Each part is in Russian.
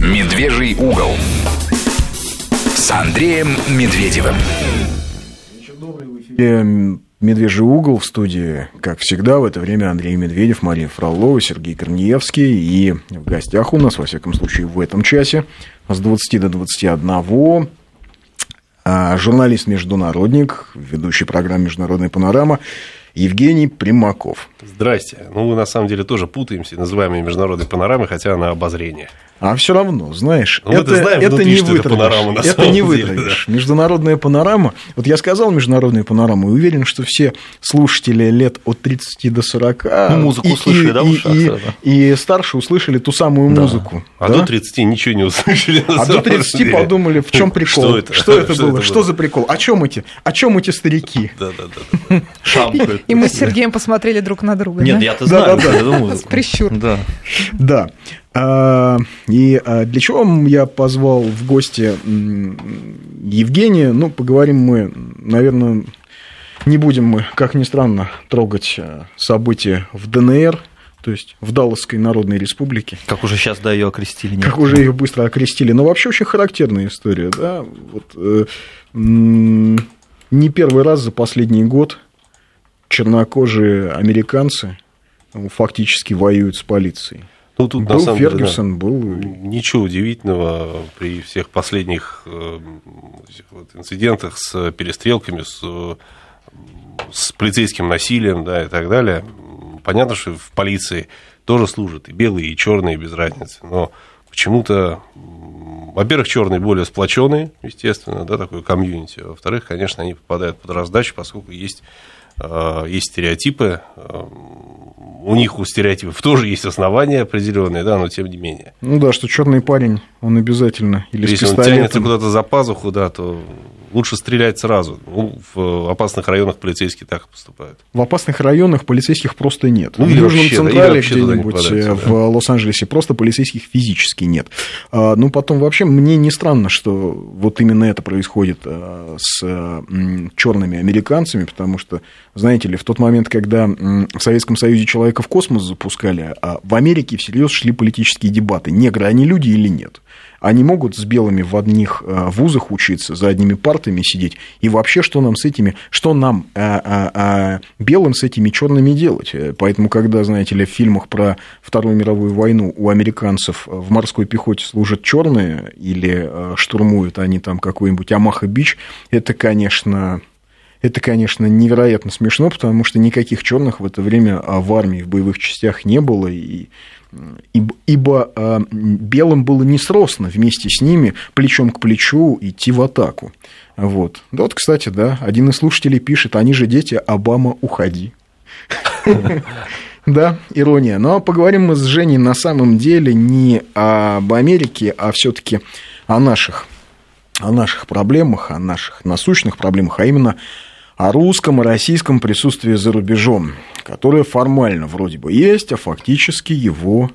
«Медвежий угол» с Андреем Медведевым. «Медвежий угол» в студии, как всегда, в это время Андрей Медведев, Мария Фролова, Сергей Корнеевский. И в гостях у нас, во всяком случае, в этом часе с 20 до 21 журналист-международник, ведущий программы «Международная панорама» Евгений Примаков. Здрасте. Ну, мы на самом деле тоже путаемся, называем ее «Международной панорамой», хотя она обозрение. А все равно, знаешь, это не вытравишь. Это не вытравишь. Международная панорама. Вот я сказал «Международная панорама» и уверен, что все слушатели лет от 30 до 40 музыку услышали, да, в ушах, и старше услышали ту самую музыку. А до 30 ничего не услышали. А до 30 подумали, в чем прикол? Что это было? Что за прикол? О чем эти старики? Да. Шамкают. И мы с Сергеем посмотрели друг на друга. Нет, я-то знаю эту музыку. С прищур. Да. И для чего я позвал в гости Евгения? Ну, поговорим мы, наверное, не будем мы, как ни странно, трогать события в ДНР, то есть в Далласской Народной Республике. Как уже сейчас, да, ее окрестили. Как уже ее быстро окрестили. Но вообще очень характерная история, да. Вот, не первый раз за последний год чернокожие американцы фактически воюют с полицией. Ну, тут, был на самом Фергюсон, деле, был... Ничего удивительного при всех последних инцидентах с перестрелками, с полицейским насилием, да, и так далее. Понятно, что в полиции тоже служат и белые, и черные, без разницы. Но почему-то, во-первых, черные более сплоченные, естественно, да, такое комьюнити. Во-вторых, конечно, они попадают под раздачу, поскольку есть стереотипы. У них, у стереотипов тоже есть основания определенные, да, но тем не менее. Ну да, что черный парень, он обязательно или если с пистолетом... он тянется куда-то за пазуху, да, то лучше стрелять сразу. Ну, в опасных районах полицейские так поступают. В опасных районах полицейских просто нет. Ну, в Южном вообще, Централе да, где-нибудь в Лос-Анджелесе просто полицейских физически нет. Ну, потом вообще мне не странно, что вот именно это происходит с черными американцами, потому что, знаете ли, в тот момент, когда в Советском Союзе человека в космос запускали, в Америке всерьез шли политические дебаты. Негры они люди или нет? Они могут с белыми в одних вузах учиться, за одними партами сидеть? И вообще, что нам белым с этими черными делать? Поэтому, когда, знаете ли, в фильмах про Вторую мировую войну у американцев в морской пехоте служат черные или штурмуют они там какой-нибудь Омаха-Бич, это, конечно, невероятно смешно, потому что никаких черных в это время в армии, в боевых частях не было, ибо белым было несросно вместе с ними плечом к плечу идти в атаку. Вот. Да, вот, кстати, да, один из слушателей пишет: они же дети, Обама, уходи. Да, ирония. Но поговорим мы с Женей на самом деле не об Америке, а все-таки о наших проблемах, о наших насущных проблемах, а именно о русском и российском присутствии за рубежом, которое формально вроде бы есть, а фактически его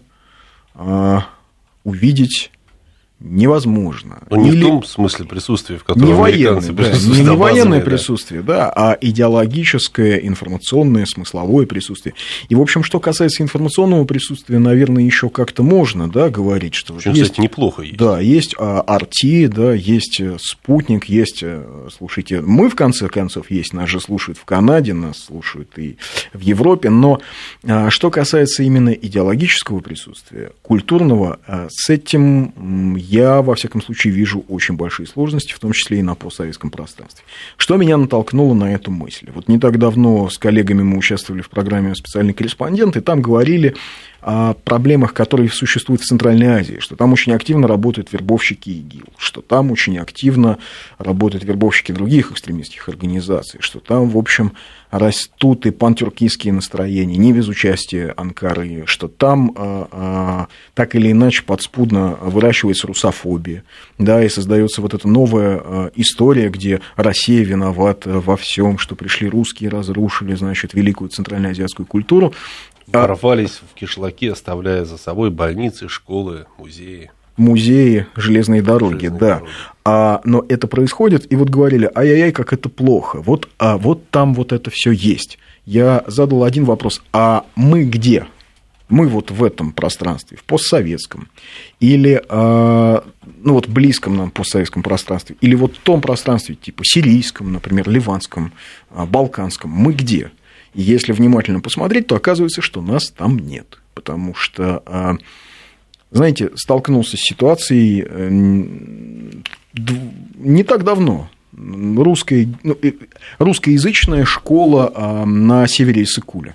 увидеть невозможно. Но не в том смысле присутствия, в котором американцы присутствуют. Не военное присутствие, да, а идеологическое, информационное, смысловое присутствие. И, в общем, что касается информационного присутствия, наверное, еще как-то можно, да, говорить, что причем, есть, кстати, неплохо есть. Да, есть RT, да, есть Спутник, есть, слушайте, мы, в конце концов, есть, нас же слушают в Канаде, нас слушают и в Европе, но что касается именно идеологического присутствия, культурного, с этим я, во всяком случае, вижу очень большие сложности, в том числе и на постсоветском пространстве. Что меня натолкнуло на эту мысль? Вот не так давно с коллегами мы участвовали в программе «Специальный корреспондент», и там говорили о проблемах, которые существуют в Центральной Азии, что там очень активно работают вербовщики ИГИЛ, что там очень активно работают вербовщики других экстремистских организаций, что там, в общем, растут и пантюркистские настроения, не без участия Анкары, что там так или иначе подспудно выращивается русофобия, да, и создается вот эта новая история, где Россия виновата во всем, что пришли русские, разрушили, значит, великую центральноазиатскую культуру. Ворвались в кишлаки, оставляя за собой больницы, школы, музеи. Музеи, железные дороги, да. Но это происходит, и вот говорили: ай-яй-яй, как это плохо. Вот там вот это все есть. Я задал один вопрос: а мы где? мы вот в этом пространстве, в постсоветском, или близком нам постсоветском пространстве, или вот в том пространстве, типа сирийском, например, ливанском, балканском, мы где? И если внимательно посмотреть, то оказывается, что нас там нет. Потому что, знаете, столкнулся с ситуацией не так давно. Русскоязычная школа на севере Иссык-Куля.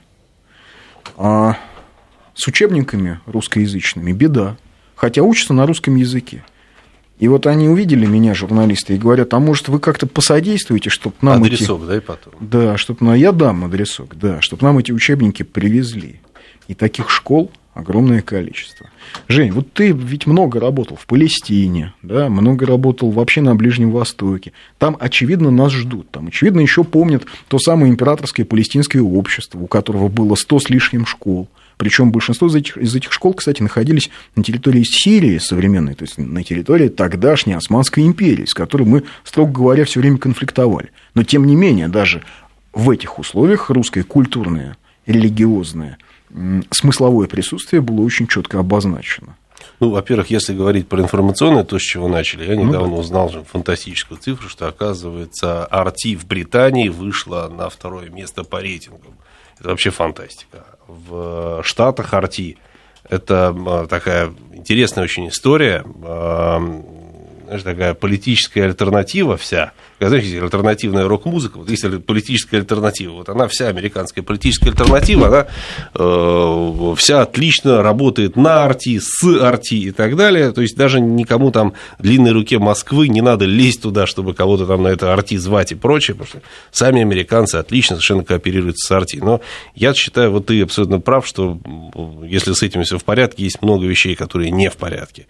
С учебниками русскоязычными беда, хотя учатся на русском языке. И вот они увидели меня, журналисты, и говорят, а может, вы как-то посодействуете, чтобы нам адресок, да, и потом? Да, чтобы я дам адресок, да, чтобы нам эти учебники привезли. И таких школ огромное количество. Жень, вот ты ведь много работал в Палестине, да, много работал вообще на Ближнем Востоке. Там, очевидно, нас ждут. Там, очевидно, еще помнят то самое императорское палестинское общество, у которого было 100 с лишним школ. Причем большинство из этих школ, кстати, находились на территории Сирии современной, то есть на территории тогдашней Османской империи, с которой мы, строго говоря, все время конфликтовали. Но, тем не менее, даже в этих условиях русское культурное, религиозное, смысловое присутствие было очень четко обозначено. Ну, во-первых, если говорить про информационное, то, с чего начали, я недавно узнал же фантастическую цифру, что, оказывается, RT в Британии вышла на 2-е место по рейтингам. Это вообще фантастика. В Штатах RT это такая интересная очень история, знаешь, такая политическая альтернатива вся. Знаете, альтернативная рок-музыка, вот есть политическая альтернатива, вот она вся, американская политическая альтернатива, она вся отлично работает на RT, с RT и так далее, то есть даже никому там длинной руке Москвы не надо лезть туда, чтобы кого-то там на это RT звать и прочее, потому что сами американцы отлично совершенно кооперируются с RT, но я считаю, вот ты абсолютно прав, что если с этим все в порядке, есть много вещей, которые не в порядке.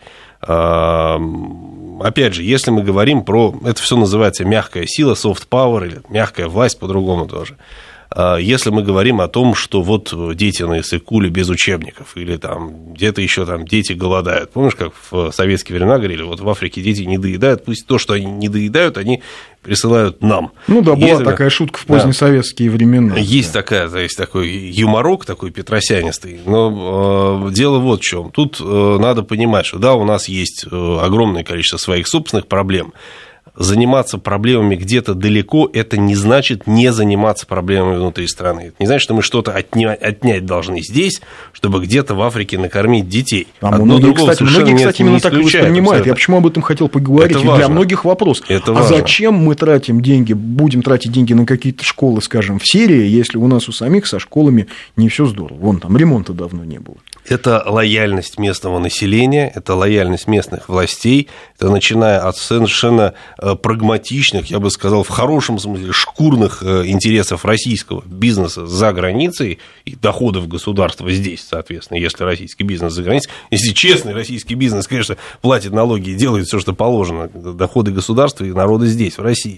Опять же, если мы говорим про... Это все называется мягкая сила, soft power, или мягкая власть, по-другому тоже. Если мы говорим о том, что вот дети на Иссык-Куле без учебников, или там где-то еще там дети голодают. Помнишь, как в советские времена говорили, вот в Африке дети не доедают, пусть то, что они не доедают, они присылают нам. Ну да, была такая шутка в позднесоветские времена. Есть такая, то есть такой юморок, такой петросянистый, но дело вот в чем. Тут надо понимать, что да, у нас есть огромное количество своих собственных проблем. Заниматься проблемами где-то далеко, это не значит не заниматься проблемами внутри страны. Это не значит, что мы что-то отнять должны здесь, чтобы где-то в Африке накормить детей. Многие, кстати, именно так и воспринимают. Я почему об этом хотел поговорить? Для многих вопрос. Зачем мы тратим деньги, будем тратить деньги на какие-то школы, скажем, в Сирии, если у нас у самих со школами не все здорово? Вон там ремонта давно не было. Это лояльность местного населения, это лояльность местных властей, это начиная от совершенно прагматичных, я бы сказал, в хорошем смысле, шкурных интересов российского бизнеса за границей и доходов государства здесь, соответственно, если российский бизнес за границей, если честный российский бизнес, конечно, платит налоги и делает все, что положено, доходы государства и народа здесь, в России,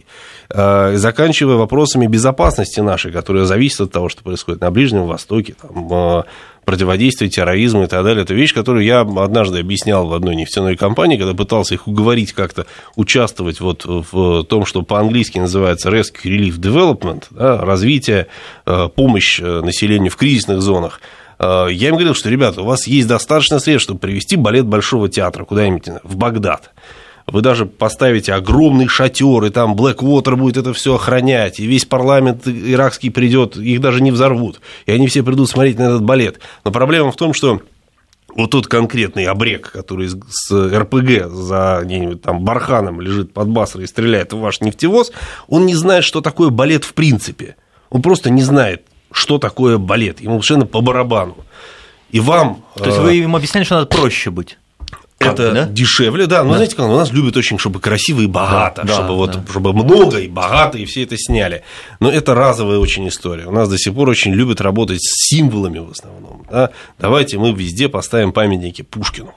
заканчивая вопросами безопасности нашей, которая зависит от того, что происходит на Ближнем Востоке, там, противодействие терроризму и так далее. Это вещь, которую я однажды объяснял в одной нефтяной компании, когда пытался их уговорить как-то участвовать вот в том, что по-английски называется Rescue Relief Development, да, развитие, помощь населению в кризисных зонах. Я им говорил, что, ребята, у вас есть достаточно средств, чтобы привести балет Большого театра куда-нибудь в Багдад. Вы даже поставите огромный шатер, и там Blackwater будет это все охранять, и весь парламент иракский придет, их даже не взорвут, и они все придут смотреть на этот балет. Но проблема в том, что вот тот конкретный абрек, который с РПГ за где-нибудь там барханом лежит под Басрой и стреляет в ваш нефтевоз, он не знает, что такое балет в принципе. Он просто не знает, что такое балет. Ему совершенно по барабану. И вам... То есть вы им объясняли, что надо проще быть? Это дешевле, да. Но знаете, как у нас любят очень, чтобы красиво и богато, чтобы много и богато, и все это сняли. Но это разовая очень история. У нас до сих пор очень любят работать с символами в основном. Да? Давайте мы везде поставим памятники Пушкину.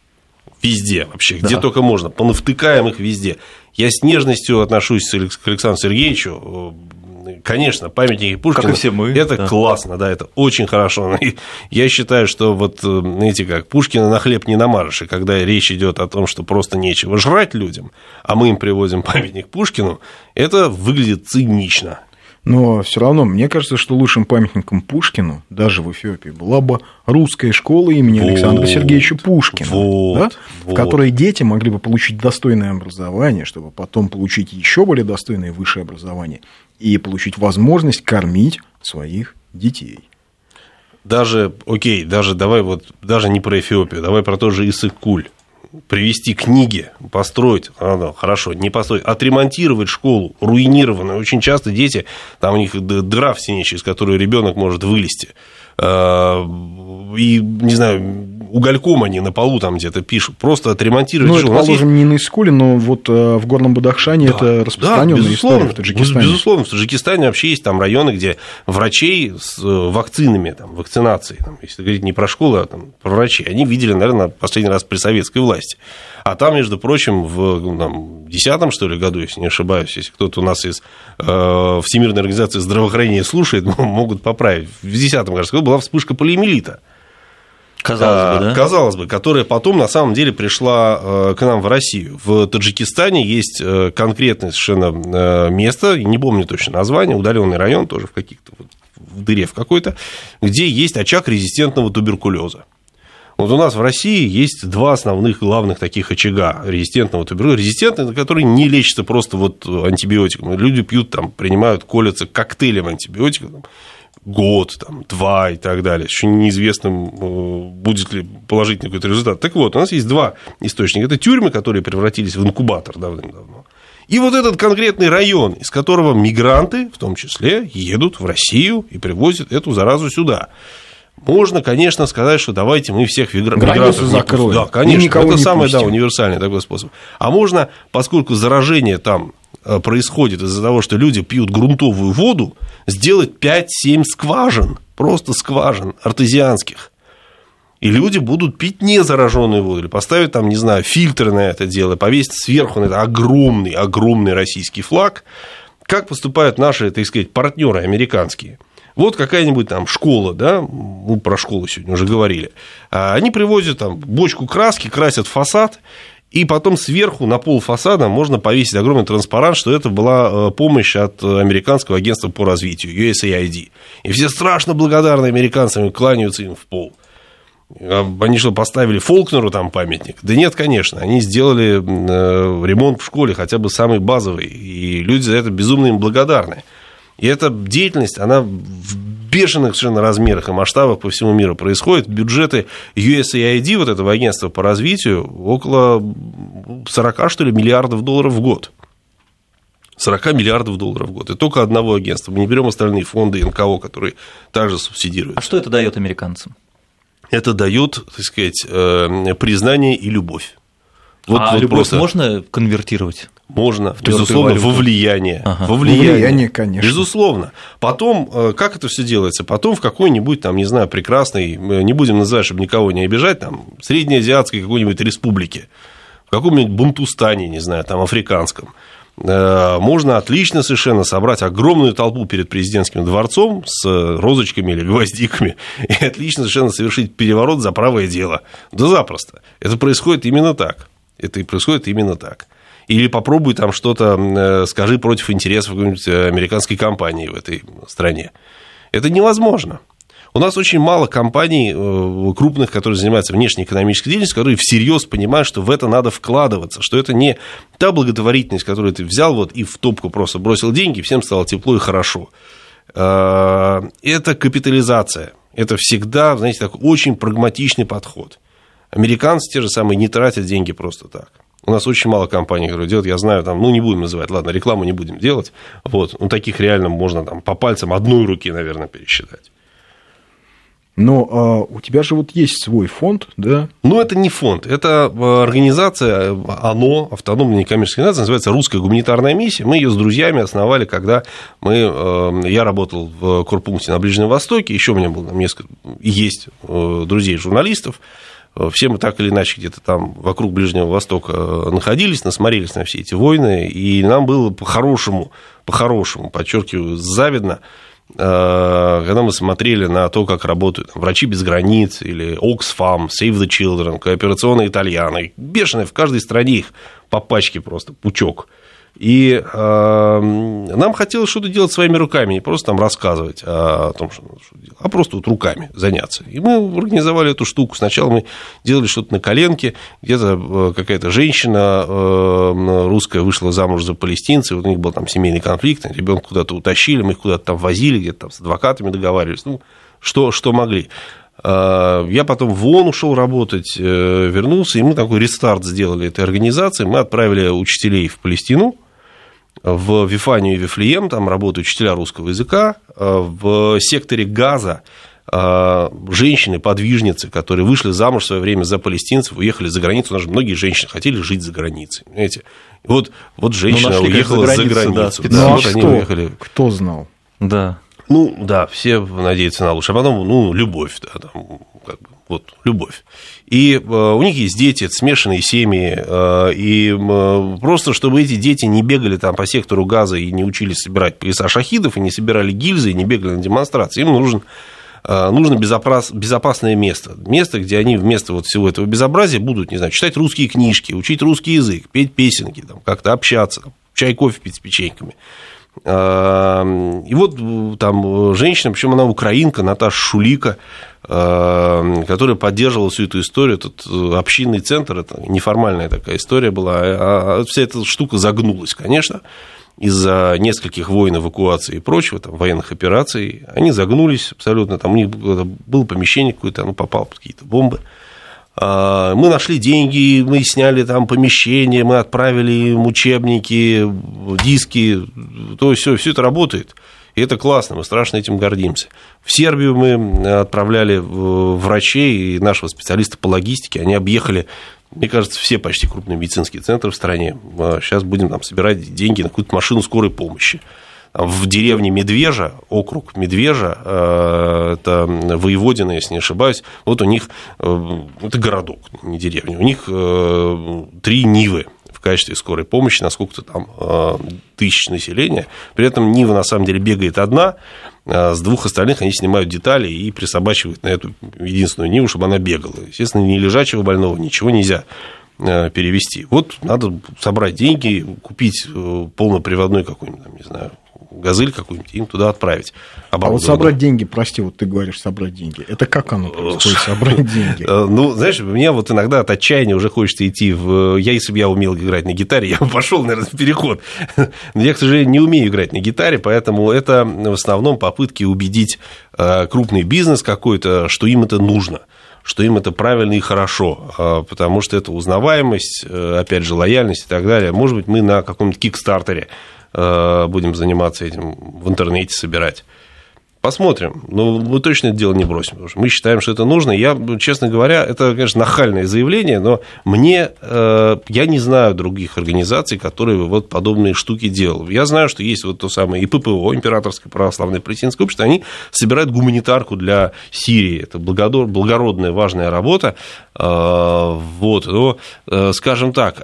Везде вообще, где только можно. Понавтыкаем их везде. Я с нежностью отношусь к Александру Сергеевичу. Конечно, памятники Пушкину, как и все мы, это классно, да, это очень хорошо. И я считаю, что вот, знаете как, Пушкина на хлеб не намажешь, и когда речь идет о том, что просто нечего жрать людям, а мы им привозим памятник Пушкину, это выглядит цинично. Но все равно, мне кажется, что лучшим памятником Пушкину, даже в Эфиопии, была бы русская школа имени Александра Сергеевича Пушкина, да? В которой дети могли бы получить достойное образование, чтобы потом получить еще более достойное высшее образование и получить возможность кормить своих детей. Даже, окей, даже давай вот, даже не про Эфиопию, давай про тот же Иссык-Куль. Привести книги, построить, хорошо, не построить, отремонтировать школу, руинированную. Очень часто дети, там у них дыра в стене, через которую ребенок может вылезти. И, не знаю, угольком они на полу там где-то пишут. Просто отремонтировать. Ну, это, положим, не на Иссык-Куле, но вот в Горном Бадахшане это распространенная история в Таджикистане. Безусловно, в Таджикистане вообще есть там районы, где врачей с вакцинами, там, вакцинацией, там, если говорить не про школу, а там, про врачей, они видели, наверное, последний раз при советской власти. А там, между прочим, в 2010, что ли, году, если не ошибаюсь, если кто-то у нас из Всемирной организации здравоохранения слушает, могут поправить. В 2010, кажется, году была вспышка полиомиелита. Казалось бы, да? Казалось бы, которая потом, на самом деле, пришла к нам в Россию. В Таджикистане есть конкретное совершенно место, не помню точно название, удаленный район, тоже в каких-то, в дыре в какой-то, где есть очаг резистентного туберкулеза. Вот у нас в России есть два основных главных таких очага резистентного туберкулеза. Резистентный, который не лечится просто вот антибиотиком. Люди пьют, там, принимают, колятся коктейлем антибиотиков, там, год, там, 2 и так далее. Еще неизвестно, будет ли положительный какой-то результат. Так вот, у нас есть два источника. Это тюрьмы, которые превратились в инкубатор давным-давно. И вот этот конкретный район, из которого мигранты, в том числе, едут в Россию и привозят эту заразу сюда. Можно, конечно, сказать, что давайте мы всех мигрантов закроем. Да, конечно, это самый универсальный такой способ. А можно, поскольку заражение там происходит из-за того, что люди пьют грунтовую воду, сделать 5-7 скважин, просто скважин артезианских. И люди будут пить незараженную воду, или поставить там, не знаю, фильтры на это дело, повесить сверху на это огромный российский флаг. Как поступают наши, так сказать, партнеры американские? Вот какая-нибудь там школа, да, мы про школу сегодня уже говорили, они привозят там бочку краски, красят фасад, и потом сверху на пол фасада можно повесить огромный транспарант, что это была помощь от американского агентства по развитию, USAID. И все страшно благодарны американцам, кланяются им в пол. Они что, поставили Фолкнеру там памятник? Да нет, конечно, они сделали ремонт в школе, хотя бы самый базовый, и люди за это безумно им благодарны. И эта деятельность, она в бешеных совершенно размерах и масштабах по всему миру происходит. Бюджеты USAID, вот этого агентства по развитию, около 40, что ли, миллиардов долларов в год. 40 миллиардов долларов в год. И только одного агентства. Мы не берем остальные фонды НКО, которые также субсидируют. А что это дает американцам? Это дает, так сказать, признание и любовь. Вот, а вот любовь просто можно конвертировать? Можно, безусловно, во влияние. Ага. Во влияние, конечно. Безусловно. Потом, как это все делается? Потом в какой-нибудь, там, не знаю, прекрасной, не будем называть, чтобы никого не обижать, там, среднеазиатской какой-нибудь республике, в каком-нибудь Бантустане, не знаю, там, африканском, можно отлично совершенно собрать огромную толпу перед президентским дворцом с розочками или гвоздиками и отлично совершенно совершить переворот за правое дело. Да запросто. Это происходит именно так. Это и происходит именно так. Или попробуй там что-то, скажи против интересов какой-нибудь американской компании в этой стране. Это невозможно. У нас очень мало компаний крупных, которые занимаются внешнеэкономической деятельностью, которые всерьез понимают, что в это надо вкладываться, что это не та благотворительность, которую ты взял вот, и в топку просто бросил деньги, всем стало тепло и хорошо. Это капитализация. Это всегда, знаете, такой очень прагматичный подход. Американцы те же самые не тратят деньги просто так. У нас очень мало компаний, которые делают, я знаю, там, ну, не будем называть, ладно, рекламу не будем делать, вот, ну, таких реально можно там, по пальцам одной руки, наверное, пересчитать. Но у тебя же вот есть свой фонд, да? Ну, это не фонд, это организация, автономная некоммерческая организация, называется «Русская гуманитарная миссия». Мы ее с друзьями основали, когда я работал в корпункте на Ближнем Востоке, еще у меня было несколько, есть друзей-журналистов. Все мы так или иначе где-то там вокруг Ближнего Востока находились, насмотрелись на все эти войны, и нам было по-хорошему, подчеркиваю, завидно, когда мы смотрели на то, как работают «Врачи без границ» или Oxfam, Save the Children, Кооперационная Итальяна. Бешеные, в каждой стране их по пачке просто, пучок. И нам хотелось что-то делать своими руками, не просто там рассказывать о том, что надо что-то делать, а просто вот руками заняться. И мы организовали эту штуку. Сначала мы делали что-то на коленке, где-то какая-то женщина русская вышла замуж за палестинцев, вот у них был там семейный конфликт, ребенка куда-то утащили, мы их куда-то там возили, где-то там с адвокатами договаривались, ну, что могли. Я потом в ООН ушел работать, вернулся, и мы такой рестарт сделали этой организации. Мы отправили учителей в Палестину, в Вифанию и Вифлеем, там работают учителя русского языка. В секторе Газа женщины, подвижницы, которые вышли замуж в свое время за палестинцев, уехали за границу. У нас же многие женщины хотели жить за границей, понимаете? Вот женщина уехала за границу. Да, ну, а что? Уехали. Кто знал? Да. Ну, да, все надеются на лучшее. А потом, любовь, да, там, как бы, вот, любовь. И у них есть дети, смешанные семьи, и просто, чтобы эти дети не бегали там по сектору Газа и не учились собирать пояса шахидов, и не собирали гильзы, и не бегали на демонстрации, им нужно безопасное место, где они вместо вот всего этого безобразия будут, не знаю, читать русские книжки, учить русский язык, петь песенки, там, как-то общаться, чай, кофе пить с печеньками. И вот там женщина, причем она украинка, Наташа Шулика, которая поддерживала всю эту историю. Этот общинный центр, это неформальная такая история была, а вся эта штука загнулась, конечно, из-за нескольких войн, эвакуации и прочего, там, военных операций. Они загнулись абсолютно, там у них было помещение какое-то, оно попало под какие-то бомбы. Мы нашли деньги, мы сняли там помещение, мы отправили им учебники, диски, то все это работает. И это классно, мы страшно этим гордимся. В Сербию мы отправляли врачей и нашего специалиста по логистике, они объехали, мне кажется, все почти крупные медицинские центры в стране. Сейчас будем там собирать деньги на какую-то машину скорой помощи. В деревне Медвежа, округ Медвежа, это Воеводина, если не ошибаюсь, вот у них, это городок, не деревня, у них 3 Нивы в качестве скорой помощи на сколько-то там тысяч населения. При этом Нива на самом деле бегает одна, с 2 остальных они снимают детали и присобачивают на эту единственную Ниву, чтобы она бегала. Естественно, ни лежачего больного, ничего нельзя перевести. Вот надо собрать деньги, купить полноприводной какой-нибудь, там, не знаю, газель какую-нибудь, им туда отправить. А вот собрать деньги, прости, вот ты говоришь собрать деньги, это как оно происходит, собрать деньги? Ну, знаешь, мне вот иногда от отчаяния уже хочется идти если бы я умел играть на гитаре, я бы пошел, наверное, в переход. Но я, к сожалению, не умею играть на гитаре, поэтому это в основном попытки убедить крупный бизнес какой-то, что им это нужно, что им это правильно и хорошо, потому что это узнаваемость, опять же, лояльность и так далее. Может быть, мы на каком-нибудь кикстартере будем заниматься этим, в интернете собирать. Посмотрим. Но мы точно это дело не бросим, потому что мы считаем, что это нужно. Я, честно говоря, это, конечно, нахальное заявление, но я не знаю других организаций, которые вот подобные штуки делали. Я знаю, что есть вот то самое ИППО, Императорское православное палестинское общество, они собирают гуманитарку для Сирии. Это благородная, важная работа. Вот. Но, скажем так,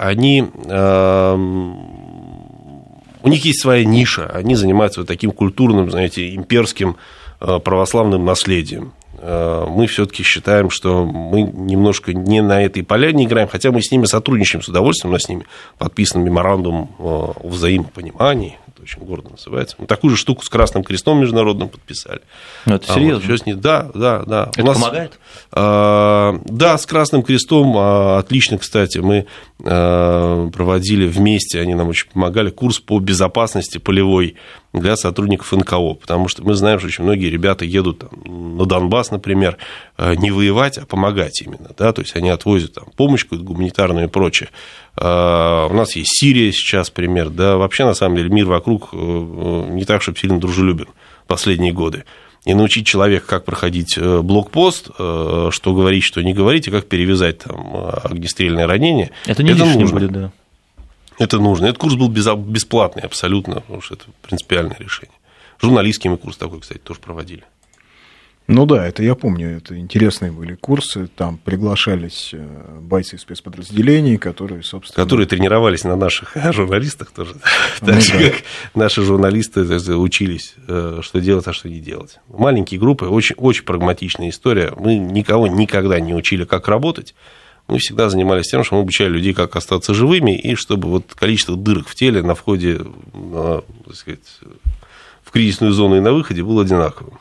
у них есть своя ниша, они занимаются вот таким культурным, знаете, имперским православным наследием. Мы все-таки считаем, что мы немножко не на этой поляне играем, хотя мы с ними сотрудничаем с удовольствием, у нас с ними подписан меморандум о взаимопонимании, это очень гордо называется. Мы такую же штуку с Красным Крестом международным подписали. Ну, это серьезно? Вот, да. Это помогает? Да, с Красным Крестом отлично, кстати, мы проводили вместе, они нам очень помогали, курс по безопасности полевой для сотрудников НКО, потому что мы знаем, что очень многие ребята едут там, на Донбасс, например, не воевать, а помогать именно, да, то есть они отвозят там помощь какую-то гуманитарную и прочее. У нас есть Сирия сейчас, пример, да, вообще, на самом деле, мир вокруг не так, чтобы сильно дружелюбен последние годы. И научить человека, как проходить блокпост, что говорить, что не говорить, и как перевязать там огнестрельное ранение. Это не лишним будет, да. Это нужно. Этот курс был бесплатный абсолютно, потому что это принципиальное решение. Журналистский мы курс такой, кстати, тоже проводили. Ну да, это я помню, это интересные были курсы, там приглашались бойцы спецподразделений, которые, собственно... Которые тренировались на наших журналистах тоже, так же, как наши журналисты учились, что делать, а что не делать. Маленькие группы, очень, очень прагматичная история, мы никого никогда не учили, как работать, мы всегда занимались тем, что мы обучали людей, как остаться живыми, и чтобы вот количество дырок в теле на входе, так сказать, в кризисную зону и на выходе было одинаковым.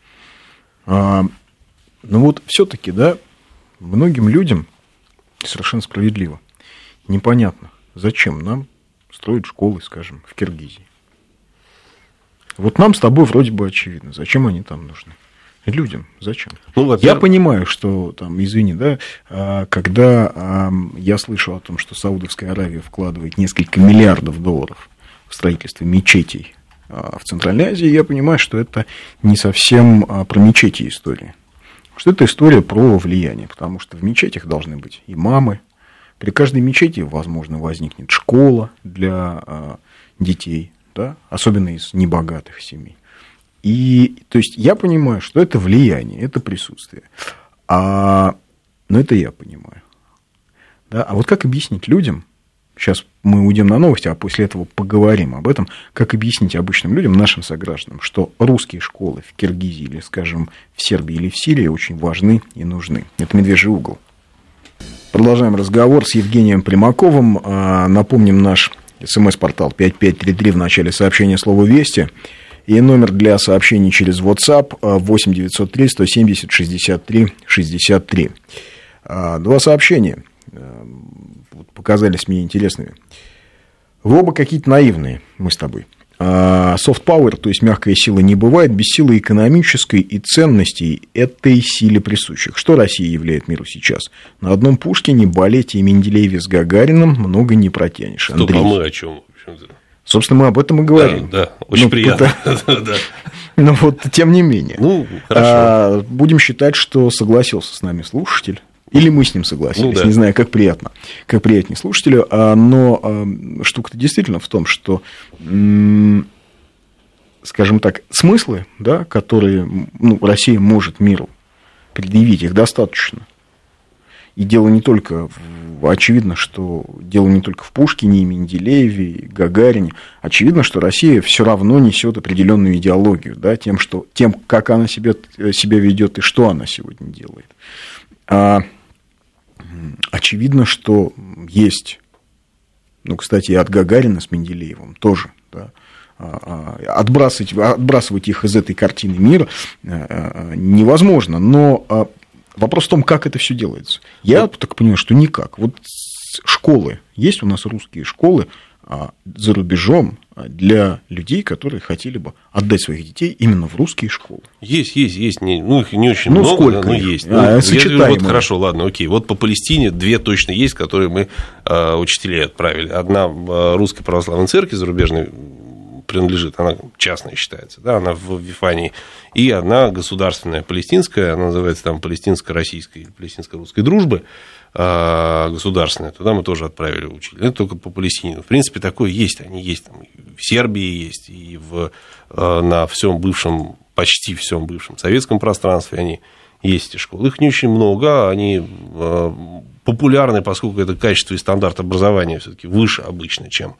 Ну вот все-таки, да, многим людям совершенно справедливо непонятно, зачем нам строить школы, скажем, в Киргизии. Вот нам с тобой вроде бы очевидно, зачем они там нужны. Людям зачем? Ну, я понимаю, что там, извини, да, когда я слышал о том, что Саудовская Аравия вкладывает несколько миллиардов долларов в строительство мечетей в Центральной Азии, я понимаю, что это не совсем про мечети история. Что это история про влияние, потому что в мечетях должны быть имамы. При каждой мечети, возможно, возникнет школа для детей, да, особенно из небогатых семей. И, то есть, я понимаю, что это влияние, это присутствие. Но это я понимаю. Да? А вот как объяснить людям, сейчас мы уйдем на новости, а после этого поговорим об этом, как объяснить обычным людям, нашим согражданам, что русские школы в Киргизии или, скажем, в Сербии или в Сирии очень важны и нужны. Это «Медвежий угол». Продолжаем разговор с Евгением Примаковым. Напомним, наш СМС-портал 5533 в начале сообщения слово «Вести». И номер для сообщений через WhatsApp 8 903 170 63 63. Два сообщения показались мне интересными. Вы оба какие-то наивные, мы с тобой. Soft power, то есть мягкая сила, не бывает без силы экономической и ценностей этой силе присущих. Что Россия являет миру сейчас? На одном Пушкине, балете и Менделееве с Гагарином много не протянешь. Андрей. Стоп, а мы о чем? Собственно, мы об этом и говорим. Да, очень приятно. Но вот, тем не менее. Ну, хорошо. Будем считать, что согласился с нами слушатель. Или мы с ним согласились. Ну, да. Не знаю, как приятно. Как приятнее слушателю. Но штука-то действительно в том, что, скажем так, смыслы, да, которые Россия может миру предъявить, их достаточно. И дело не только, очевидно, что дело не только в Пушкине, и Менделееве, и Гагарине. Очевидно, что Россия все равно несет определенную идеологию, да, тем, как она себя ведет и что она сегодня делает. Очевидно, что есть, кстати, и от Гагарина с Менделеевым тоже, да, отбрасывать их из этой картины мира невозможно, но вопрос в том, как это все делается. Я так понимаю, что никак. Вот школы, есть у нас русские школы за рубежом для людей, которые хотели бы отдать своих детей именно в русские школы. Есть. Их не очень много, сколько но есть. Сочетаемые. Хорошо, ладно, окей. Вот по Палестине две точно есть, которые мы учителей отправили. Одна русской православной церкви зарубежной принадлежит, она частная считается, да, она в Вифании, и одна государственная палестинская, она называется там палестинско-российской или палестинско-русской дружбы, государственная, туда мы тоже отправили учителей, это только по Палестине. В принципе, такое есть, они есть там, в Сербии есть, и на всем бывшем, почти всем бывшем советском пространстве они есть эти школы. Их не очень много, они популярны, поскольку это качество и стандарт образования все-таки выше обычно, чем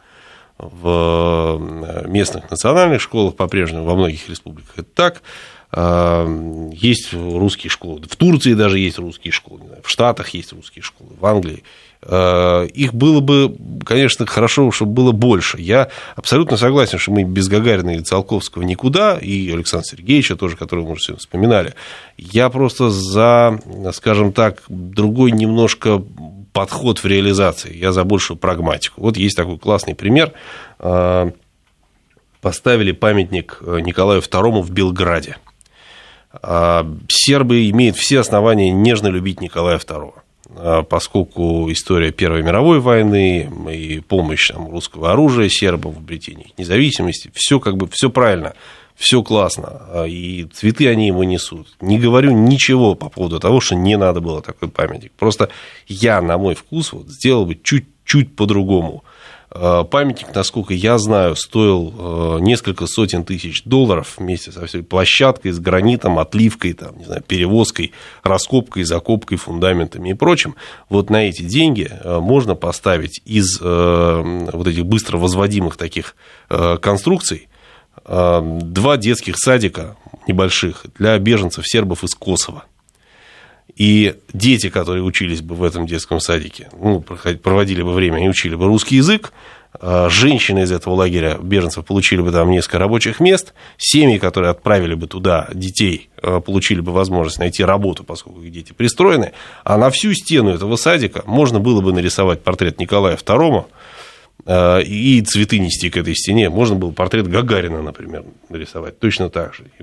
в местных национальных школах, по-прежнему во многих республиках это так. Есть русские школы, в Турции даже есть русские школы, в Штатах есть русские школы, в Англии. Их было бы, конечно, хорошо, чтобы было больше. Я абсолютно согласен, что мы без Гагарина или Циолковского никуда, и Александра Сергеевича тоже, которого мы уже сегодня вспоминали. Я просто за, скажем так, другой немножко подход в реализации, я за большую прагматику. Вот есть такой классный пример. Поставили памятник Николаю II в Белграде. Сербы имеют все основания нежно любить Николая II, поскольку история Первой мировой войны и помощь русского оружия сербам в обретении их независимости, все правильно, все классно, и цветы они ему несут. Не говорю ничего по поводу того, что не надо было такой памятник. Просто я, на мой вкус, сделал бы чуть-чуть по-другому. Памятник, насколько я знаю, стоил несколько сотен тысяч долларов вместе со всей площадкой, с гранитом, отливкой, там, не знаю, перевозкой, раскопкой, закопкой, фундаментами и прочим. Вот на эти деньги можно поставить из вот этих быстро возводимых таких конструкций 2 детских садика небольших для беженцев сербов из Косово. И дети, которые учились бы в этом детском садике, проводили бы время и учили бы русский язык, женщины из этого лагеря беженцев получили бы там несколько рабочих мест, семьи, которые отправили бы туда детей, получили бы возможность найти работу, поскольку их дети пристроены, а на всю стену этого садика можно было бы нарисовать портрет Николая II, и цветы нести к этой стене. Можно было портрет Гагарина, например, нарисовать точно так же.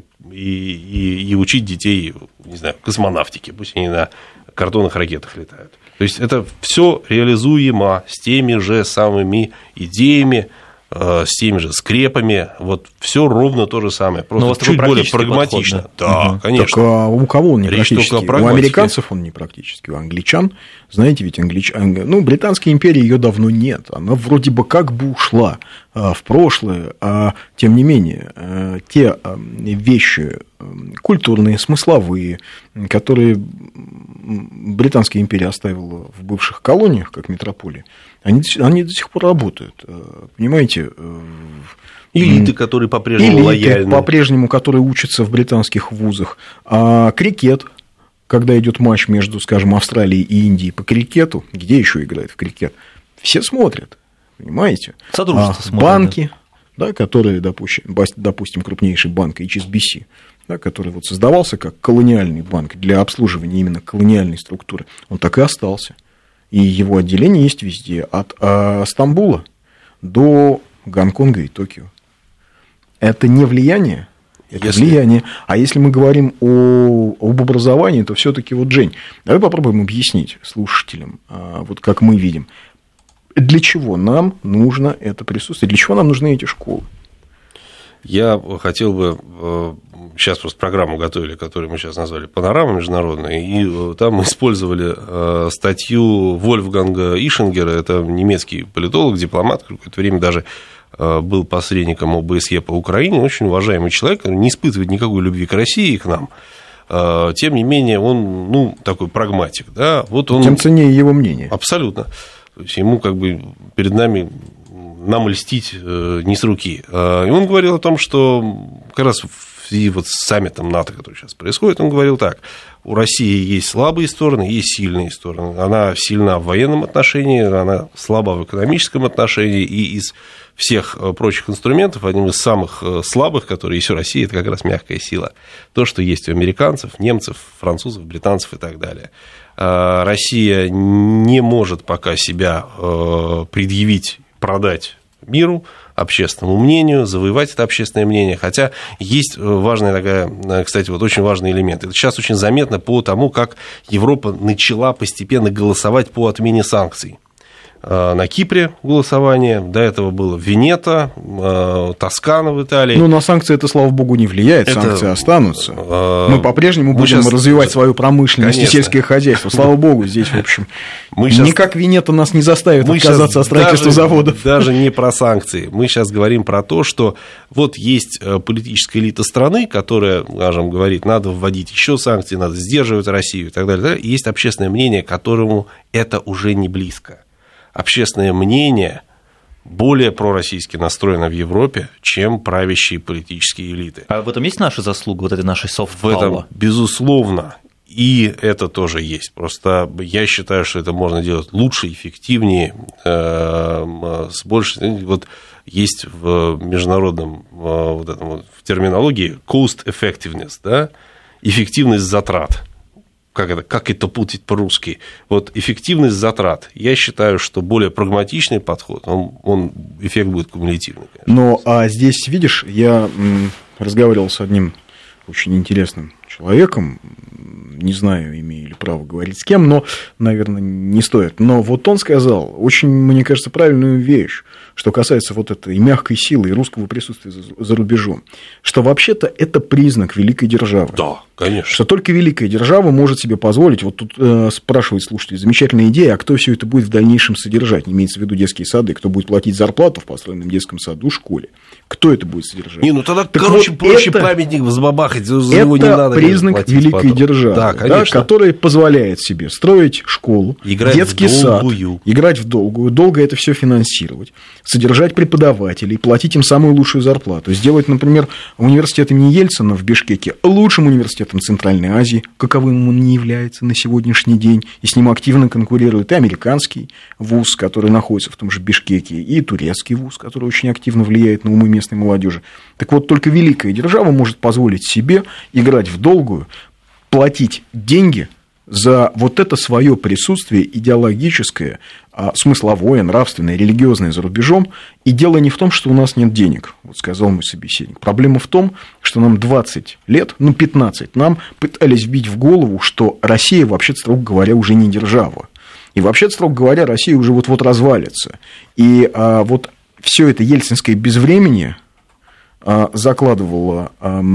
И учить детей, не знаю, космонавтике, пусть они на картонных ракетах летают. То есть это все реализуемо с теми же самыми идеями, с теми же скрепами, вот все ровно то же самое, просто чуть более прагматично. Подход, да, конечно. Так, а у кого он не практически? У американцев он не практически, у англичан, знаете, ведь Британская империя, ее давно нет, она вроде бы как бы ушла в прошлое, а тем не менее те вещи культурные, смысловые, которые Британская империя оставила в бывших колониях, как метрополии, они до сих пор работают, понимаете? Элиты, которые по-прежнему лояльны. По-прежнему, которые учатся в британских вузах. А крикет, когда идет матч между, скажем, Австралией и Индией по крикету, где еще играют в крикет, все смотрят, понимаете? Содружество смотрят. Банки, да, которые, допустим, крупнейший банк HSBC, да, который вот создавался как колониальный банк для обслуживания именно колониальной структуры, он так и остался. И его отделение есть везде, от Стамбула до Гонконга и Токио. Это не влияние, это влияние. А если мы говорим об образовании, то все-таки вот, Жень, давай попробуем объяснить слушателям, вот как мы видим, для чего нам нужно это присутствие, для чего нам нужны эти школы. Я хотел бы... Сейчас просто программу готовили, которую мы сейчас назвали «Панорама международная», и там мы использовали статью Вольфганга Ишингера, это немецкий политолог, дипломат, какое-то время даже был посредником ОБСЕ по Украине, очень уважаемый человек, не испытывает никакой любви к России и к нам. Тем не менее, он, такой прагматик. Да? Вот он... Тем ценнее его мнение. Абсолютно. То есть ему как бы перед нами... нам льстить не с руки. И он говорил о том, что как раз в связи вот с саммитом НАТО, который сейчас происходит, он говорил так: у России есть слабые стороны, есть сильные стороны. Она сильна в военном отношении, она слаба в экономическом отношении, и из всех прочих инструментов одним из самых слабых, которые есть у России, это как раз мягкая сила. То, что есть у американцев, немцев, французов, британцев и так далее. Россия не может пока себя предъявить, продать миру, общественному мнению, завоевать это общественное мнение. Хотя есть важная такая, кстати, вот очень важный элемент. Это сейчас очень заметно по тому, как Европа начала постепенно голосовать по отмене санкций. На Кипре голосование, до этого было Венето, Тоскана в Италии. Ну, на санкции это, слава богу, не влияет, санкции останутся. Мы по-прежнему будем развивать свою промышленность и сельское хозяйство. Слава богу, здесь, в общем, никак Венето нас не заставит отказаться от строительства заводов. Даже не про санкции. Мы сейчас говорим про то, что вот есть политическая элита страны, которая, скажем, говорит, надо вводить еще санкции, надо сдерживать Россию и так далее. И есть общественное мнение, которому это уже не близко. Общественное мнение более пророссийски настроено в Европе, чем правящие политические элиты. А в этом есть наша заслуга, вот этой нашей soft-power? В этом, безусловно, и это тоже есть. Просто я считаю, что это можно делать лучше, эффективнее, с большей... Вот есть в международном вот этом вот, в терминологии cost effectiveness, да? Эффективность затрат. Как это путать по-русски? Вот эффективность затрат. Я считаю, что более прагматичный подход, эффект будет кумулятивный. Конечно. Но здесь, видишь, я разговаривал с одним очень интересным человеком, не знаю, имею ли право говорить с кем, но, наверное, не стоит. Но вот он сказал очень, мне кажется, правильную вещь, что касается вот этой и мягкой силы, и русского присутствия за рубежом, что вообще-то это признак великой державы. Да, конечно. Что только великая держава может себе позволить, вот тут спрашивает слушатель, замечательная идея, а кто все это будет в дальнейшем содержать? Имеется в виду детские сады, кто будет платить зарплату в построенном детском саду, школе? Кто это будет содержать? Тогда, так проще памятник взбабахать, за него не надо признак платить великой потом. державы, Да, конечно. которая позволяет себе строить школу, Играть детский в сад, долгую. играть в долгую, долго это все финансировать, содержать преподавателей, платить им самую лучшую зарплату, сделать, например, университет имени Ельцина в Бишкеке лучшим университетом Центральной Азии, каковым он не является на сегодняшний день, и с ним активно конкурирует и американский вуз, который находится в том же Бишкеке, и турецкий вуз, который очень активно влияет на умы местной молодежи. Так вот, только великая держава может позволить себе играть в долгую, платить деньги за вот это свое присутствие идеологическое, смысловое, нравственное, религиозное за рубежом. И дело не в том, что у нас нет денег, вот сказал мой собеседник. Проблема в том, что нам 20 лет, 15, нам пытались вбить в голову, что Россия, вообще-то, строго говоря, уже не держава. И вообще-то, строго говоря, Россия уже вот-вот развалится. И вот все это ельцинское безвременье закладывало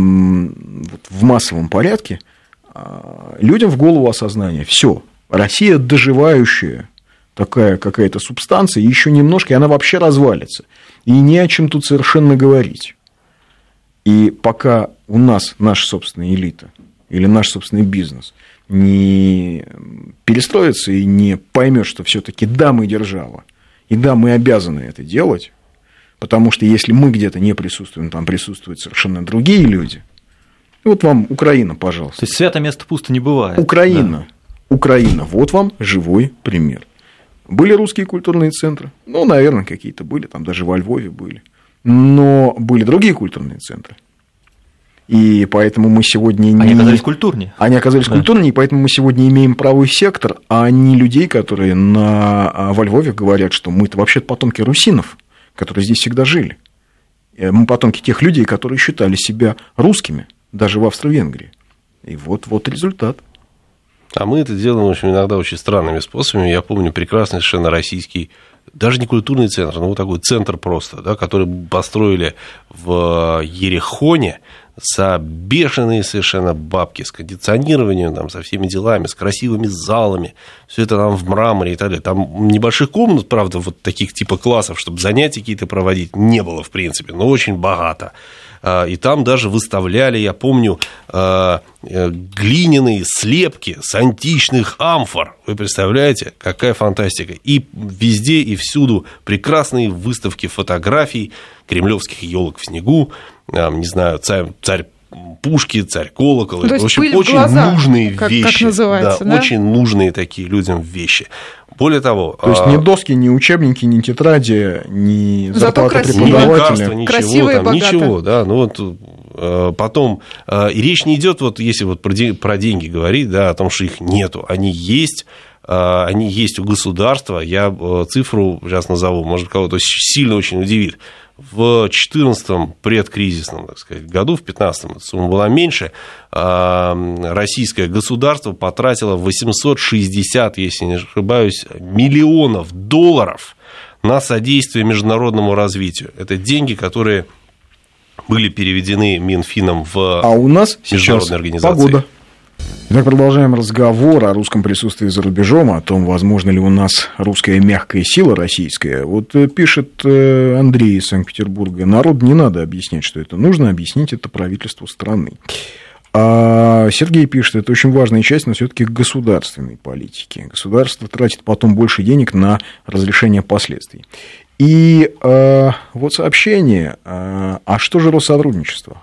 в массовом порядке людям в голову осознание. Все, Россия доживающая такая какая-то субстанция, еще немножко, и она вообще развалится. И не о чем тут совершенно говорить. И пока у нас наша собственная элита или наш собственный бизнес не перестроится и не поймет, что все-таки да, мы держава, и да, мы обязаны это делать, потому что если мы где-то не присутствуем, там присутствуют совершенно другие люди. Вот вам Украина, пожалуйста. То есть свято место пусто не бывает. Украина, вот вам живой пример. Были русские культурные центры? Ну, наверное, какие-то были, там даже во Львове были. Но были другие культурные центры. И поэтому мы сегодня не... Они оказались культурнее. Они оказались культурнее, и поэтому мы сегодня имеем правый сектор, а не людей, которые во Львове говорят, что мы-то вообще-то потомки русинов, которые здесь всегда жили. Мы потомки тех людей, которые считали себя русскими, даже в Австро-Венгрии. И вот результат. А мы это делаем, в общем, иногда очень странными способами. Я помню прекрасный совершенно российский, даже не культурный центр, но вот такой центр просто, да, который построили в Ерехоне за бешеные совершенно бабки, с кондиционированием, там, со всеми делами, с красивыми залами, все это там в мраморе и так далее. Там небольших комнат, правда, вот таких типа классов, чтобы занятия какие-то проводить, не было, в принципе, но очень богато. И там даже выставляли, я помню, глиняные слепки с античных амфор. Вы представляете, какая фантастика. И везде и всюду прекрасные выставки фотографий кремлевских елок в снегу, не знаю, царь пушки, царь колокол. То это, в общем, пыль в очень глаза, нужные как вещи. называется, да? Очень нужные такие людям вещи. Более того... То есть ни доски, ни учебники, ни тетради, ни зарплата ни лекарства, преподавателя. ничего, там, ничего, да, ну вот потом, и речь не идет, вот если вот про деньги говорить, да, о том, что их нету, они есть у государства, я цифру сейчас назову, может, кого-то сильно очень удивит. В 2014 предкризисном, так сказать, году, в 2015 эта сумма была меньше, российское государство потратило 860, если не ошибаюсь, миллионов долларов на содействие международному развитию. Это деньги, которые были переведены Минфином в у нас международные организации. Погода. Итак, продолжаем разговор о русском присутствии за рубежом, о том, возможно ли у нас русская мягкая сила российская. Вот пишет Андрей из Санкт-Петербурга: народу не надо объяснять, что это нужно, объяснить это правительству страны. А Сергей пишет: это очень важная часть, но все-таки государственной политики. Государство тратит потом больше денег на разрешение последствий. И вот сообщение: а что же Россотрудничество?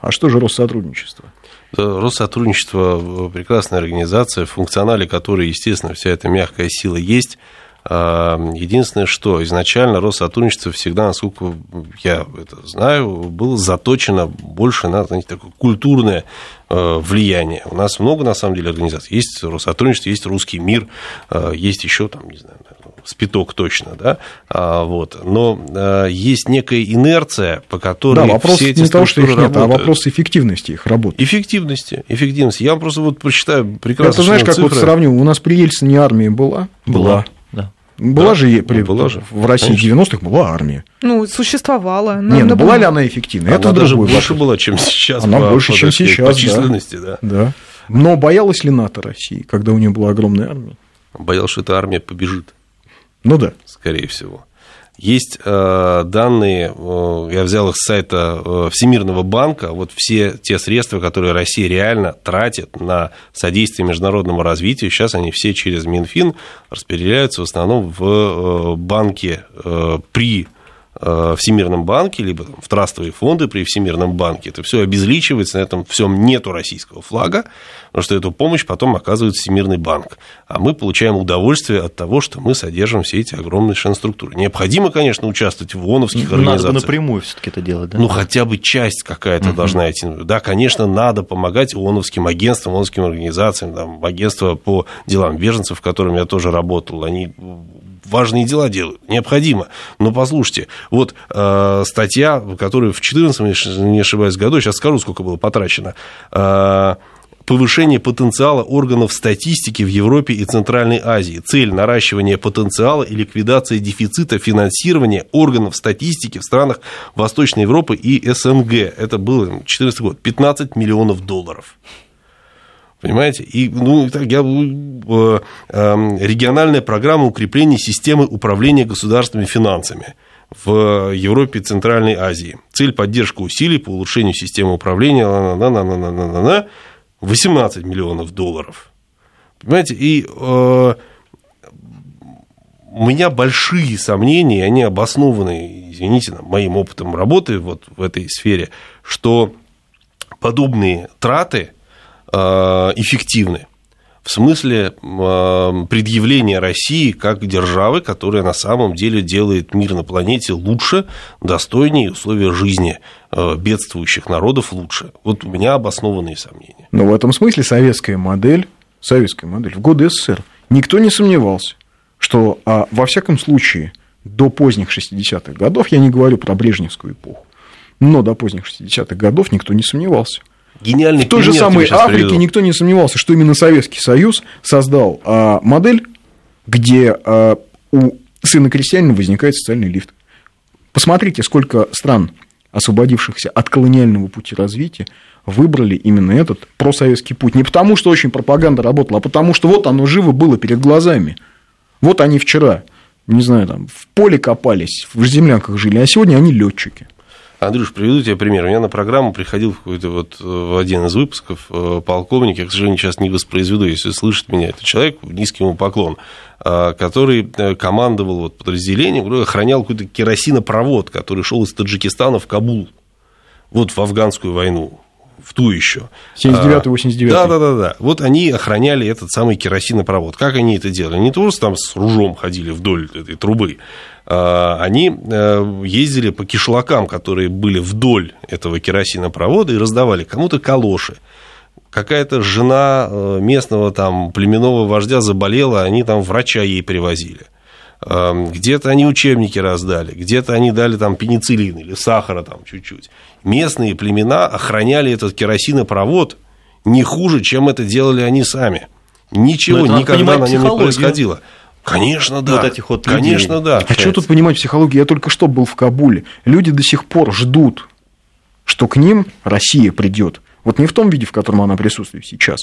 Россотрудничество – прекрасная организация, в функционале которой, естественно, вся эта мягкая сила есть. Единственное, что изначально Россотрудничество всегда, насколько я это знаю, было заточено больше на, знаете, такое культурное влияние. У нас много, на самом деле, организаций. Есть Россотрудничество, есть Русский мир, есть еще, там, не знаю, спиток точно, да, вот. Но есть некая инерция, по которой вопрос все эти не того, что их нет, работают. а вопрос эффективности их работы. Эффективности. Я вам просто вот прочитаю прекрасно. Это знаешь, как цифры. вот сравню, у нас при Ельцине армия была? Да. Была же в России 90-х была армия. Ну, существовала. Нет, была ли она эффективна? Она даже больше была, чем сейчас. Она больше, чем сейчас, по численности, да. Но боялась ли НАТО России, когда у нее была огромная армия? Боялась, что эта армия побежит. Ну да. Скорее всего. Есть данные, я взял их с сайта Всемирного банка, вот все те средства, которые Россия реально тратит на содействие международному развитию, сейчас они все через Минфин распределяются в основном в банке при Всемирном банке, либо в трастовые фонды при Всемирном банке. Это все обезличивается, на этом всем нету российского флага, потому что эту помощь потом оказывает Всемирный банк. А мы получаем удовольствие от того, что мы содержим все эти огромные структуры. Необходимо, конечно, участвовать в ООНовских организациях. Надо напрямую все-таки это делать, да? Ну, хотя бы часть какая-то должна идти. Да, конечно, надо помогать ООНовским агентствам, ООНовским организациям, там, агентство по делам беженцев, в котором я тоже работал, они важные дела делают, необходимо. Но послушайте, вот статья, которая в 2014, если не ошибаюсь, году, сейчас скажу, сколько было потрачено, повышение потенциала органов статистики в Европе и Центральной Азии. Цель – наращивание потенциала и ликвидация дефицита финансирования органов статистики в странах Восточной Европы и СНГ. Это было 2014 год, $15 миллионов. Понимаете? И региональная программа укрепления системы управления государственными финансами в Европе и Центральной Азии. Цель – поддержка усилий по улучшению системы управления. $18 миллионов. Понимаете? И у меня большие сомнения, они обоснованы, извините, моим опытом работы вот в этой сфере, что подобные траты эффективны в смысле предъявления России как державы, которая на самом деле делает мир на планете лучше, достойнее, условия жизни бедствующих народов лучше. Вот у меня обоснованные сомнения. Но в этом смысле советская модель в годы СССР никто не сомневался, что во всяком случае до поздних 60-х годов, я не говорю про брежневскую эпоху, но до поздних 60-х годов никто не сомневался. Гениальный в той же самой Африке никто не сомневался, что именно Советский Союз создал модель, где у сына крестьянина возникает социальный лифт. Посмотрите, сколько стран, освободившихся от колониального пути развития, выбрали именно этот просоветский путь. Не потому, что очень пропаганда работала, а потому, что вот оно живо было перед глазами. Вот они вчера, не знаю, там, в поле копались, в землянках жили, а сегодня они летчики. Андрюш, приведу тебе пример. У меня на программу приходил в один из выпусков полковник, я, к сожалению, сейчас не воспроизведу, если слышит меня этот человек, низкий ему поклон, который командовал подразделением, охранял какой-то керосинопровод, который шел из Таджикистана в Кабул, вот в афганскую войну, в ту еще. 79-89. Да. Вот они охраняли этот самый керосинопровод. Как они это делали? Они не просто там с ружом ходили вдоль этой трубы, они ездили по кишлакам, которые были вдоль этого керосинопровода, и раздавали кому-то калоши. Какая-то жена местного там племенного вождя заболела, они там врача ей привозили. Где-то они учебники раздали, где-то они дали там пенициллин или сахара там чуть-чуть. Местные племена охраняли этот керосинопровод не хуже, чем это делали они сами. Ничего никогда на нем не происходило. Конечно, да. Вот этих вот конечно, людей. Да. А что тут понимать психологию? Я только что был в Кабуле. Люди до сих пор ждут, что к ним Россия придет. Вот не в том виде, в котором она присутствует сейчас,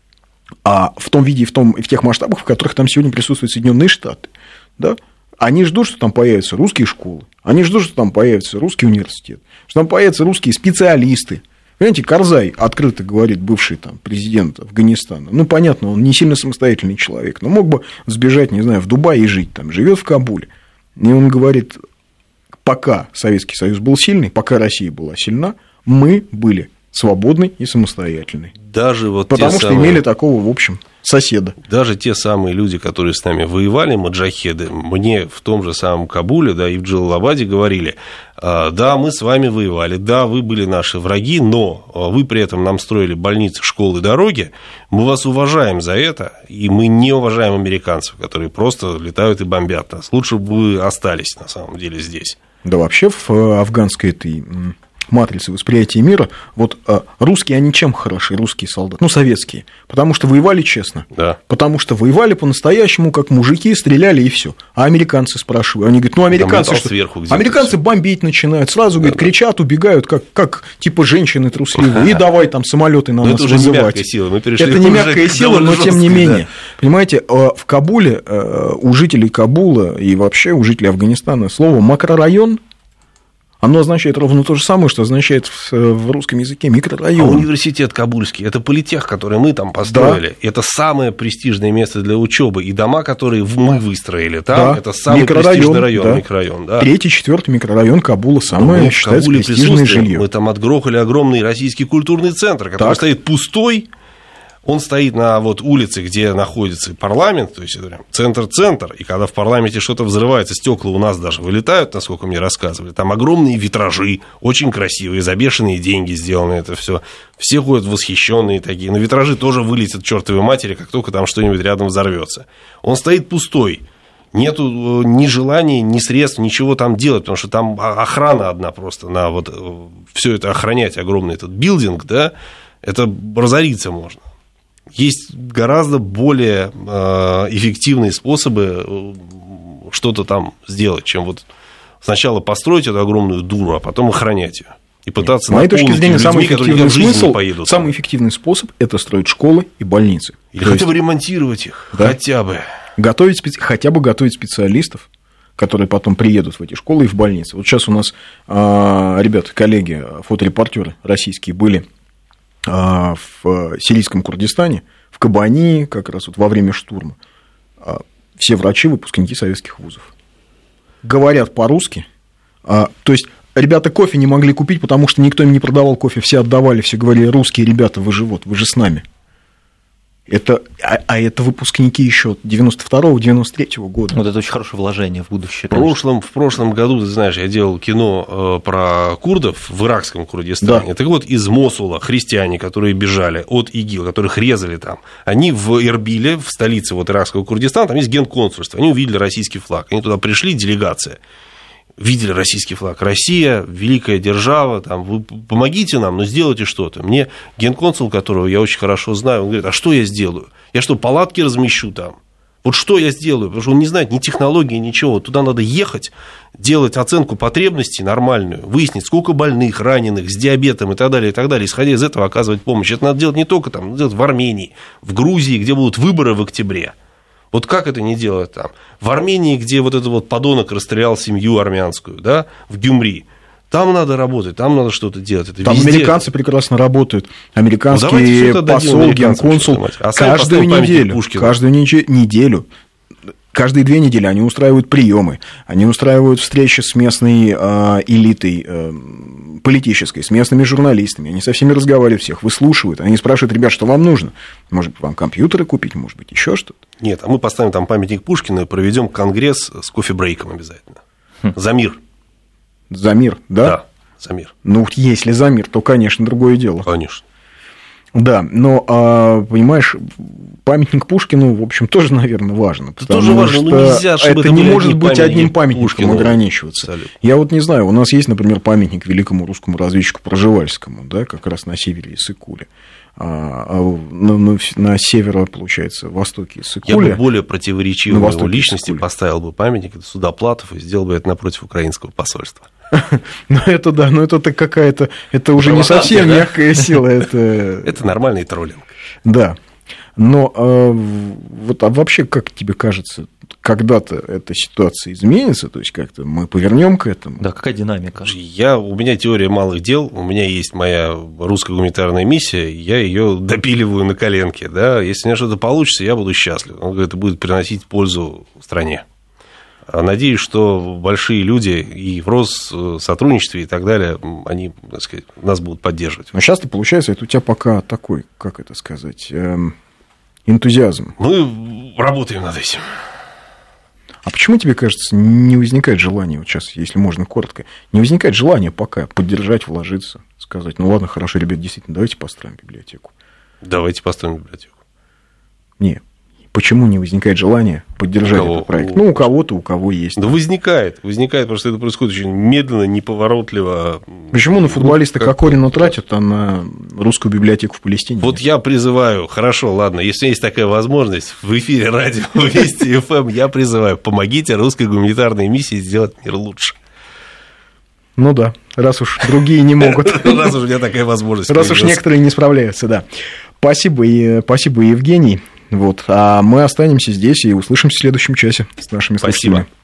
а в том виде и в тех масштабах, в которых там сегодня присутствуют Соединенные Штаты. Да? Они ждут, что там появятся русские школы, они ждут, что там появится русский университет, что там появятся русские специалисты. Понимаете, Карзай открыто говорит, бывший там президент Афганистана, ну, понятно, он не сильно самостоятельный человек, но мог бы сбежать, не знаю, в Дубай и жить там, живет в Кабуле. И он говорит, пока Советский Союз был сильный, пока Россия была сильна, мы были свободны и самостоятельны. Даже вот потому что имели такого, в общем, соседа. Даже те самые люди, которые с нами воевали, маджахеды, мне в том же самом Кабуле, да, и в Джалалабаде говорили, да, мы с вами воевали, да, вы были наши враги, но вы при этом нам строили больницы, школы, дороги, мы вас уважаем за это, и мы не уважаем американцев, которые просто летают и бомбят нас. Лучше бы вы остались, на самом деле, здесь. Да вообще в афганской этой матрицы восприятия мира, вот русские, они чем хороши, русские солдаты? Ну, советские. Потому что воевали честно. Да. Потому что воевали по-настоящему, как мужики, стреляли и все. А американцы, спрашиваю, они говорят, ну, американцы что? Американцы бомбить начинают, сразу, говорят, кричат, убегают, как типа женщины трусливые, и давай там самолеты на нас вызывать. Это уже не мягкая сила. Это не мягкая сила, но тем не менее. Понимаете, в Кабуле у жителей Кабула и вообще у жителей Афганистана слово «макрорайон», оно означает ровно то же самое, что означает в русском языке микрорайон. А университет Кабульский – это политех, который мы там построили. Да. Это самое престижное место для учебы. И дома, которые мы выстроили там, да. Это самый престижный район, да. Микрорайон. Да. 3-й, 4-й микрорайон Кабула, самое, считается, престижное жилье. Мы там отгрохали огромный российский культурный центр, который стоит пустой. Он стоит на вот улице, где находится парламент, то есть это центр-центр, и когда в парламенте что-то взрывается, стекла у нас даже вылетают, насколько мне рассказывали, там огромные витражи, очень красивые, за бешеные деньги сделано это все. Все ходят восхищенные такие, но витражи тоже вылетят к чертовой матери, как только там что-нибудь рядом взорвется. Он стоит пустой. Нету ни желания, ни средств, ничего там делать, потому что там охрана одна просто на вот все это охранять, огромный этот билдинг, да, это разориться можно. Есть гораздо более эффективные способы что-то там сделать, чем вот сначала построить эту огромную дуру, а потом охранять ее. И пытаться с моей точки зрения, самый эффективный способ – это строить школы и больницы. Или хотя бы ремонтировать их, да? Хотя бы. Хотя бы готовить специалистов, которые потом приедут в эти школы и в больницы. Вот сейчас у нас ребята, коллеги, фоторепортеры российские были в сирийском Курдистане, в Кобани, как раз вот во время штурма. Все врачи, выпускники советских вузов. Говорят по-русски. То есть ребята кофе не могли купить, потому что никто им не продавал кофе, все отдавали, все говорили: русские ребята, вы же с нами. Это выпускники еще 92-го, 93-го года. Вот это очень хорошее вложение в будущее. В прошлом году, ты знаешь, я делал кино про курдов в иракском Курдистане. Да. Так вот, из Мосула христиане, которые бежали от ИГИЛ, которых резали там, они в Эрбиле, в столице вот иракского Курдистана, там есть генконсульство, они увидели российский флаг. Они туда пришли, делегация. Видели российский флаг. Россия, великая держава, там, вы помогите нам, но сделайте что-то. Мне генконсул, которого я очень хорошо знаю, он говорит: а что я сделаю? Я что, палатки размещу там? Вот что я сделаю? Потому что он не знает ни технологии, ничего. Туда надо ехать, делать оценку потребностей нормальную, выяснить, сколько больных, раненых, с диабетом и так далее, исходя из этого оказывать помощь. Это надо делать не только там, надо делать в Армении, в Грузии, где будут выборы в октябре. Вот как это не делать там? В Армении, где вот этот вот подонок расстрелял семью армянскую, да, в Гюмри, там надо работать, там надо что-то делать. Это там американцы прекрасно работают. Американский посол, генконсул каждую неделю, каждые 2 недели они устраивают приемы, они устраивают встречи с местной элитой политической, с местными журналистами, они со всеми разговаривают, всех выслушивают, они спрашивают: ребят, что вам нужно? Может быть, вам компьютеры купить, может быть, еще что-то? Нет, а мы поставим там памятник Пушкину и проведем конгресс с кофе-брейком обязательно. За мир. За мир, да? Да, за мир. Ну, если за мир, то, конечно, другое дело. Конечно. Да, но, понимаешь, памятник Пушкину, в общем, тоже, наверное, важно. Это тоже важно, но нельзя, чтобы это не может быть одним памятником ограничиваться. Абсолютно. Я вот не знаю, у нас есть, например, памятник великому русскому разведчику Пржевальскому, да, как раз на севере Иссык-Куля. На северо, получается, востоке Иссык-Куля. Я бы более противоречивой его личности поставил бы памятник, это Судоплатов, и сделал бы это напротив украинского посольства. Ну, это да, но это какая-то, это уже не совсем мягкая сила. Это нормальный троллинг. Да. Но вот, а вообще, как тебе кажется, когда-то эта ситуация изменится, то есть как-то мы повернем к этому? Да, какая динамика? У меня теория малых дел, у меня есть моя русская гуманитарная миссия, я ее допиливаю на коленке, да, если у меня что-то получится, я буду счастлив, это будет приносить пользу стране. Надеюсь, что большие люди и в Россотрудничестве и так далее, они, так сказать, нас будут поддерживать. Но часто получается, это у тебя пока такой, как это сказать, энтузиазм. Мы работаем над этим. А почему, тебе кажется, не возникает желания, вот сейчас, если можно коротко, не возникает желания пока поддержать, вложиться, сказать: ну ладно, хорошо, ребят, действительно, давайте построим библиотеку. Давайте построим библиотеку. Не, почему не возникает желание поддержать этот проект? Ну, у кого-то, у кого есть. Да возникает, потому что это происходит очень медленно, неповоротливо. Почему на футболиста Кокорина тратят, а на русскую библиотеку в Палестине? Вот я призываю, хорошо, ладно, если есть такая возможность, в эфире радио Вести ФМ, я призываю, помогите русской гуманитарной миссии сделать мир лучше. Ну да, раз уж другие не могут. Раз уж у меня такая возможность. Раз уж некоторые не справляются, да. Спасибо, Евгений. Вот. А мы останемся здесь и услышимся в следующем часе с нашими слушателями. Спасибо.